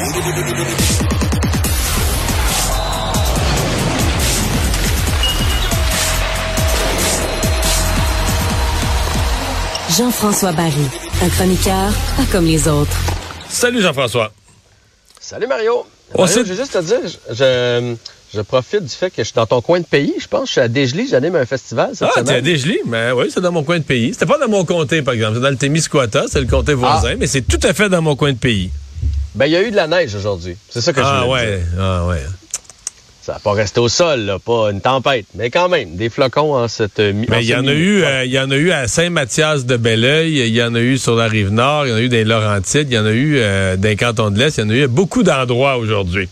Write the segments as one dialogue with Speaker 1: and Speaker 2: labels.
Speaker 1: Jean-François Barry, un chroniqueur pas comme les autres.
Speaker 2: Salut Jean-François.
Speaker 3: Salut Mario. Je veux juste te dire, je profite du fait que je suis dans ton coin de pays. Je pense que je suis à Desjely, j'anime un festival cette semaine.
Speaker 2: T'es à Desjely? Ben oui, c'est dans mon coin de pays. C'était pas dans mon comté, par exemple. C'est dans le Témiscouata, c'est le comté voisin, mais c'est tout à fait dans mon coin de pays.
Speaker 3: Ben, il y a eu de la neige aujourd'hui. C'est ça que je voulais dire.
Speaker 2: Ah ouais.
Speaker 3: Ça n'a pas resté au sol, là, pas une tempête, mais quand même, des flocons en cette
Speaker 2: Mais il y en a eu à Saint-Mathias-de-Belleuil, il y en a eu sur la Rive-Nord, il y en a eu dans les Laurentides, il y en a eu dans les cantons de l'Est, il y en a eu à beaucoup d'endroits aujourd'hui.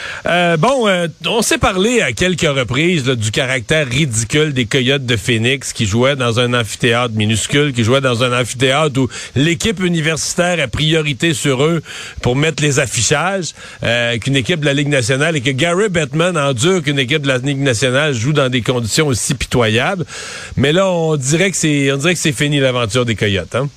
Speaker 2: On s'est parlé à quelques reprises là, du caractère ridicule des Coyotes de Phoenix qui jouaient dans un amphithéâtre minuscule, qui jouaient dans un amphithéâtre où l'équipe universitaire a priorité sur eux pour mettre les affichages qu'une équipe de la Ligue nationale et que Gary Bettman endure qu'une équipe de la Ligue nationale joue dans des conditions aussi pitoyables. Mais là, on dirait que c'est fini l'aventure des Coyotes, hein?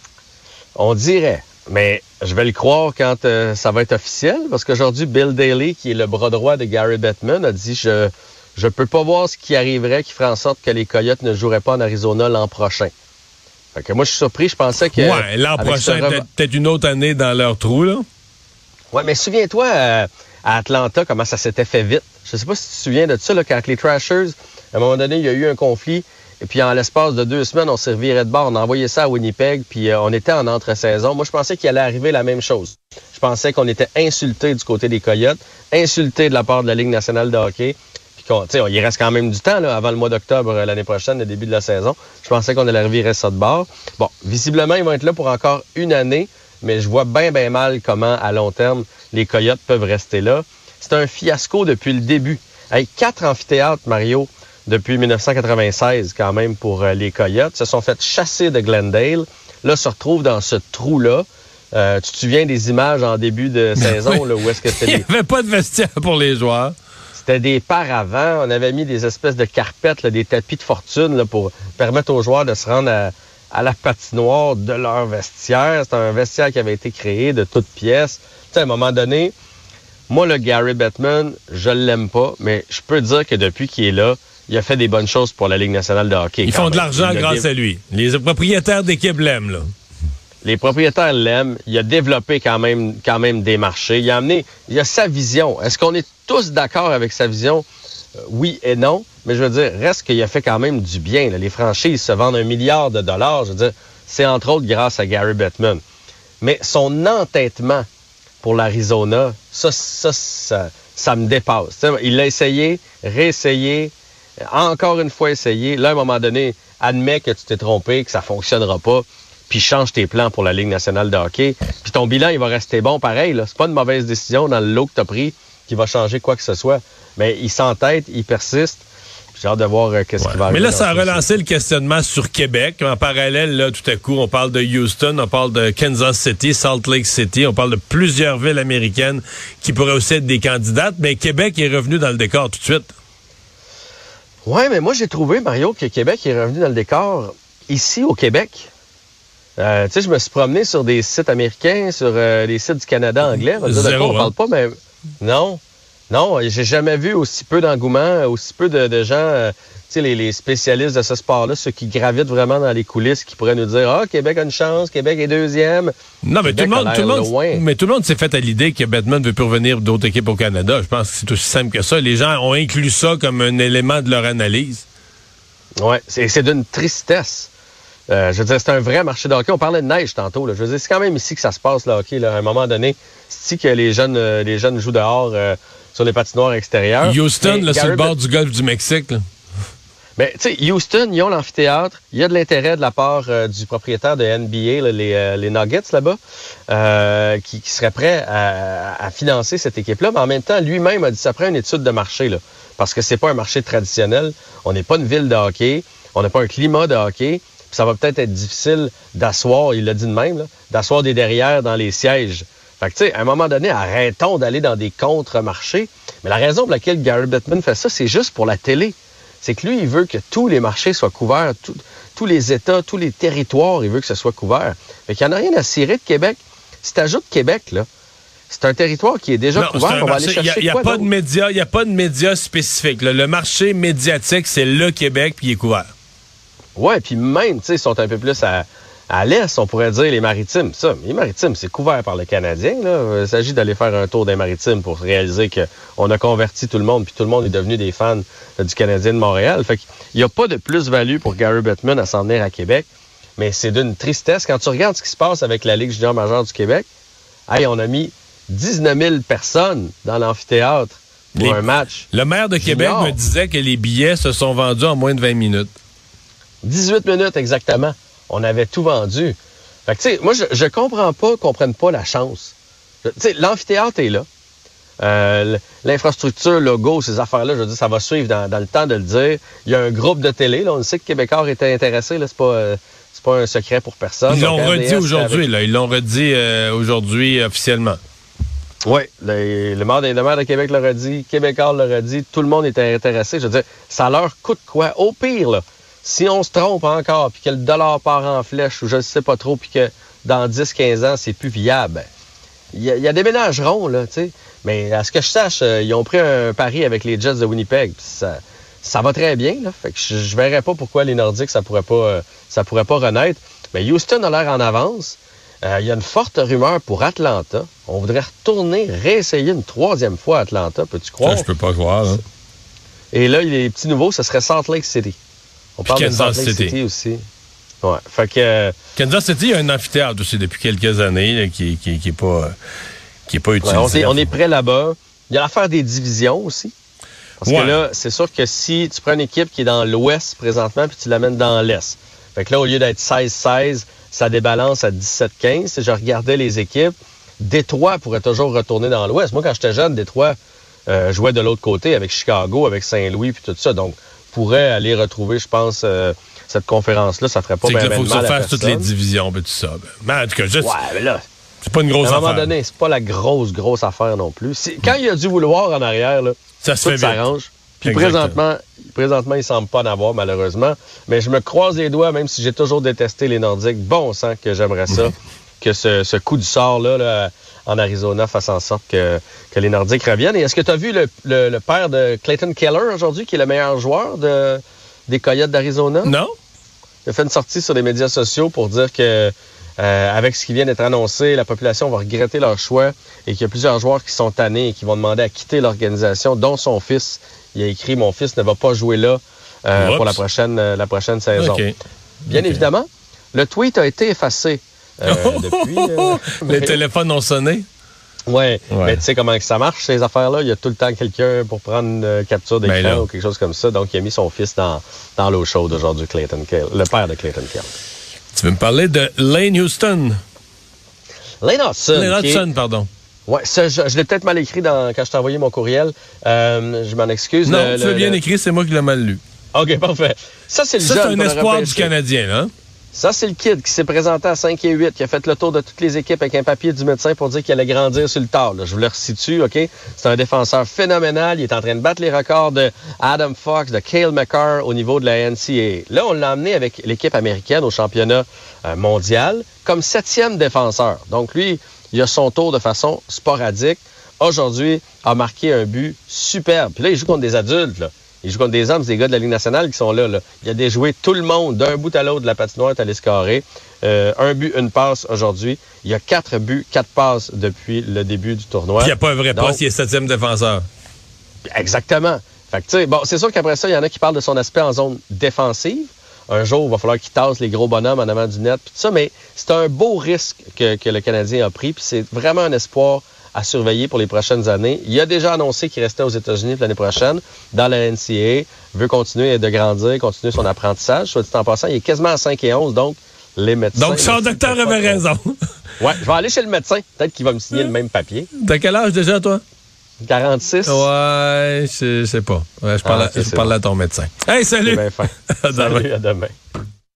Speaker 3: On dirait. Mais je vais le croire quand ça va être officiel, parce qu'aujourd'hui, Bill Daly, qui est le bras droit de Gary Bettman, a dit je peux pas voir ce qui arriverait qui ferait en sorte que les Coyotes ne joueraient pas en Arizona l'an prochain. Fait que moi, je suis surpris. Je pensais que...
Speaker 2: Ouais, l'an prochain, peut-être une autre année dans leur trou, là.
Speaker 3: Ouais, mais souviens-toi, à Atlanta, comment ça s'était fait vite. Je sais pas si tu te souviens de ça, là, quand les Thrashers, à un moment donné, il y a eu un conflit, et puis en l'espace de 2 semaines, on s'est reviré de bord, on a envoyé ça à Winnipeg, puis on était en entre-saison. Moi, je pensais qu'il allait arriver la même chose. Je pensais qu'on était insultés du côté des Coyotes, insultés de la part de la Ligue nationale de hockey, puis il reste quand même du temps là, avant le mois d'octobre l'année prochaine, le début de la saison. Je pensais qu'on allait revirer ça de bord. Bon, visiblement, ils vont être là pour encore une année, mais je vois bien mal comment, à long terme, les Coyotes peuvent rester là. C'est un fiasco depuis le début. Avec 4 amphithéâtres, Mario, depuis 1996, quand même, pour les Coyotes. Se sont fait chasser de Glendale. Là, se retrouvent dans ce trou-là. Tu te souviens des images en début de saison,
Speaker 2: oui.
Speaker 3: Là, où est-ce que c'était...
Speaker 2: Il n'y avait pas de vestiaire pour les joueurs.
Speaker 3: C'était des paravents. On avait mis des espèces de carpettes, là, des tapis de fortune là, pour permettre aux joueurs de se rendre à la patinoire de leur vestiaire. C'était un vestiaire qui avait été créé de toutes pièces. Tu sais, à un moment donné, moi, le Gary Bettman, je l'aime pas, mais je peux dire que depuis qu'il est là, il a fait des bonnes choses pour la Ligue nationale de hockey.
Speaker 2: Ils font de l'argent grâce à lui. Les propriétaires d'équipe l'aiment, là.
Speaker 3: Les propriétaires l'aiment. Il a développé quand même des marchés. Il a sa vision. Est-ce qu'on est tous d'accord avec sa vision? Oui et non. Mais je veux dire, reste qu'il a fait quand même du bien. Là. Les franchises se vendent $1 milliard. Je veux dire, c'est entre autres grâce à Gary Bettman. Mais son entêtement pour l'Arizona, ça me dépasse. T'sais, il l'a essayé, réessayé, encore une fois essayé. Là, à un moment donné, admets que tu t'es trompé, que ça fonctionnera pas, puis change tes plans pour la Ligue nationale de hockey. Puis ton bilan, il va rester bon pareil. Là. C'est pas une mauvaise décision dans le lot que tu as pris qui va changer quoi que ce soit. Mais il s'entête, il persiste. J'ai hâte de voir qu'est-ce qui va arriver.
Speaker 2: Mais là, ça a relancé le questionnement sur Québec. En parallèle, là, tout à coup, on parle de Houston, on parle de Kansas City, Salt Lake City, on parle de plusieurs villes américaines qui pourraient aussi être des candidates. Mais Québec est revenu dans le décor tout de suite.
Speaker 3: Oui, mais moi, j'ai trouvé, Mario, que Québec est revenu dans le décor ici, au Québec. Tu sais, je me suis promené sur des sites américains, sur les sites du Canada anglais.
Speaker 2: Zéro,
Speaker 3: on parle pas, mais non. Non, j'ai jamais vu aussi peu d'engouement, aussi peu de gens, tu sais, les spécialistes de ce sport-là, ceux qui gravitent vraiment dans les coulisses, qui pourraient nous dire « Ah, Québec a une chance, Québec est deuxième. »
Speaker 2: Non, mais tout le monde s'est fait à l'idée que Bettman ne veut plus revenir d'autres équipes au Canada. Je pense que c'est aussi simple que ça. Les gens ont inclus ça comme un élément de leur analyse.
Speaker 3: Oui, c'est d'une tristesse. Je veux dire, c'est un vrai marché de hockey. On parlait de neige tantôt. Là. Je veux dire, c'est quand même ici que ça se passe, le hockey. Là. À un moment donné, c'est que les jeunes jouent dehors sur les patinoires extérieurs.
Speaker 2: Houston, là, sur le bord du golfe du Mexique. Là.
Speaker 3: Mais tu sais, Houston, ils ont l'amphithéâtre. Il y a de l'intérêt de la part du propriétaire de NBA, là, les Nuggets là-bas, qui serait prêt à financer cette équipe-là. Mais en même temps, lui-même a dit ça prend une étude de marché, là, parce que c'est pas un marché traditionnel. On n'est pas une ville de hockey. On n'a pas un climat de hockey. Puis ça va peut-être être difficile d'asseoir, il l'a dit de même, là, d'asseoir des derrières dans les sièges. Fait que tu sais, à un moment donné, arrêtons d'aller dans des contre-marchés. Mais la raison pour laquelle Gary Bettman fait ça, c'est juste pour la télé. C'est que lui, il veut que tous les marchés soient couverts, tous les États, tous les territoires, il veut que ce soit couvert. Fait qu'il n'y en a rien à cirer de Québec. Si tu ajoutes Québec, là, c'est un territoire qui est déjà couvert. On va aller chercher
Speaker 2: Il n'y a pas de médias spécifiques. Le marché médiatique, c'est le Québec, puis il est couvert.
Speaker 3: Ouais, puis même, tu sais, ils sont un peu plus à l'est, on pourrait dire les Maritimes. Les Maritimes, c'est couvert par le Canadien. Là. Il s'agit d'aller faire un tour des Maritimes pour réaliser qu'on a converti tout le monde, puis tout le monde est devenu des fans du Canadien de Montréal. Fait qu'il n'y a pas de plus-value pour Gary Bettman à s'en venir à Québec, mais c'est d'une tristesse. Quand tu regardes ce qui se passe avec la Ligue junior majeure du Québec, on a mis 19 000 personnes dans l'amphithéâtre pour un match.
Speaker 2: Le maire de Québec me disait que les billets se sont vendus en moins de 20 minutes. 18
Speaker 3: minutes exactement. On avait tout vendu. Fait que, tu sais, moi, je comprends pas qu'on prenne pas la chance. Tu sais, l'amphithéâtre est là. L'infrastructure, logo, ces affaires-là, je veux dire, ça va suivre dans le temps de le dire. Il y a un groupe de télé, là. On sait que Québécois était intéressé, là. C'est pas un secret pour personne.
Speaker 2: Ils l'ont redit aujourd'hui, là. Ils l'ont redit aujourd'hui officiellement.
Speaker 3: Oui, le maire de Québec l'a redit, Québécois l'a redit, tout le monde était intéressé. Je veux dire, ça leur coûte quoi? Au pire, là. Si on se trompe encore, puis que le dollar part en flèche, ou je ne sais pas trop, puis que dans 10-15 ans, c'est plus viable, il y a des déménageront, là, tu sais. Mais à ce que je sache, ils ont pris un pari avec les Jets de Winnipeg. Ça va très bien, là. Fait que je verrais pas pourquoi les Nordiques, ça pourrait pas renaître. Mais Houston a l'air en avance. Il y a une forte rumeur pour Atlanta. On voudrait réessayer une 3e fois à Atlanta, peux-tu croire?
Speaker 2: Ça, je peux pas croire, hein.
Speaker 3: Et là, les petits nouveaux, ce serait Salt Lake City. On parle de Salt Lake City aussi. Ouais. Fait que
Speaker 2: Kansas City, il y a un amphithéâtre aussi depuis quelques années là, qui est pas utilisé.
Speaker 3: On est prêt là-bas. Il y a l'affaire des divisions aussi. Parce que là, c'est sûr que si tu prends une équipe qui est dans l'ouest présentement puis tu l'amènes dans l'est. Fait que là, au lieu d'être 16-16, ça débalance à 17-15. Si je regardais les équipes, Détroit pourrait toujours retourner dans l'ouest. Moi, quand j'étais jeune, Détroit jouait de l'autre côté avec Chicago, avec Saint-Louis puis tout ça. Donc, pourrait aller retrouver, je pense, cette conférence-là. Ça ferait pas bien mal à personne.
Speaker 2: Il faut se faire toutes les divisions et tout ça. Mais en tout cas,
Speaker 3: mais là,
Speaker 2: c'est pas une grosse affaire.
Speaker 3: À un moment donné, c'est pas la grosse affaire non plus. Quand il y a du vouloir en arrière, là,
Speaker 2: ça se fait
Speaker 3: s'arrange. Puis présentement, il semble pas en avoir, malheureusement. Mais je me croise les doigts, même si j'ai toujours détesté les Nordiques. Bon sang que j'aimerais ça, que ce coup du sort là, en Arizona fasse en sorte que les Nordiques reviennent. Et est-ce que tu as vu le père de Clayton Keller aujourd'hui, qui est le meilleur joueur des Coyotes d'Arizona?
Speaker 2: Non.
Speaker 3: Il a fait une sortie sur les médias sociaux pour dire que avec ce qui vient d'être annoncé, la population va regretter leur choix et qu'il y a plusieurs joueurs qui sont tannés et qui vont demander à quitter l'organisation, dont son fils. Il a écrit « Mon fils ne va pas jouer là pour la prochaine saison. Okay. » Bien évidemment, le tweet a été effacé depuis.
Speaker 2: Les téléphones ont sonné?
Speaker 3: Oui, mais tu sais comment ça marche, ces affaires-là? Il y a tout le temps quelqu'un pour prendre une capture d'écran ou quelque chose comme ça. Donc, il a mis son fils dans l'eau chaude aujourd'hui, le père de Clayton Keller.
Speaker 2: Tu veux me parler de Lane Hutson?
Speaker 3: Lane
Speaker 2: Hutson, pardon.
Speaker 3: Oui, ça, je l'ai peut-être mal écrit quand je t'ai envoyé mon courriel. Je m'en excuse.
Speaker 2: Non, tu l'as bien écrit, c'est moi qui l'ai mal lu.
Speaker 3: OK, parfait. Ça, c'est
Speaker 2: c'est un espoir du Canadien, là.
Speaker 3: Ça, c'est le kid qui s'est présenté à 5 et 8, qui a fait le tour de toutes les équipes avec un papier du médecin pour dire qu'il allait grandir sur le tard. Là. Je vous le resitue, OK? C'est un défenseur phénoménal. Il est en train de battre les records de Adam Fox, de Cale Makar au niveau de la NCAA. Là, on l'a emmené avec l'équipe américaine au championnat mondial comme 7e défenseur. Donc, lui, il a son tour de façon sporadique. Aujourd'hui, a marqué un but superbe. Puis là, il joue contre des adultes, là. Il joue contre des hommes, c'est des gars de la Ligue nationale qui sont là. Il a déjoué tout le monde d'un bout à l'autre de la patinoire, est allé scorer. Un but, une passe aujourd'hui. Il y a 4 buts, 4 passes depuis le début du tournoi.
Speaker 2: Il n'y a pas un vrai poste, il est 7e défenseur.
Speaker 3: Exactement. Fait que, tu sais, bon, c'est sûr qu'après ça, il y en a qui parlent de son aspect en zone défensive. Un jour, il va falloir qu'il tasse les gros bonhommes en avant du net, puis tout ça. Mais c'est un beau risque que le Canadien a pris, puis c'est vraiment un espoir à surveiller pour les prochaines années. Il a déjà annoncé qu'il restait aux États-Unis l'année prochaine, dans la NCAA, veut continuer de grandir, continuer son apprentissage. Soit dit en passant, il est quasiment à 5 et 11, donc les médecins...
Speaker 2: Donc son docteur avait raison.
Speaker 3: Ouais, je vais aller chez le médecin. Peut-être qu'il va me signer le même papier.
Speaker 2: T'as quel âge déjà, toi?
Speaker 3: 46.
Speaker 2: Ouais, je sais pas. Ouais, je parle à ton médecin. Hey, salut!
Speaker 3: C'est bien fin. Salut, à demain.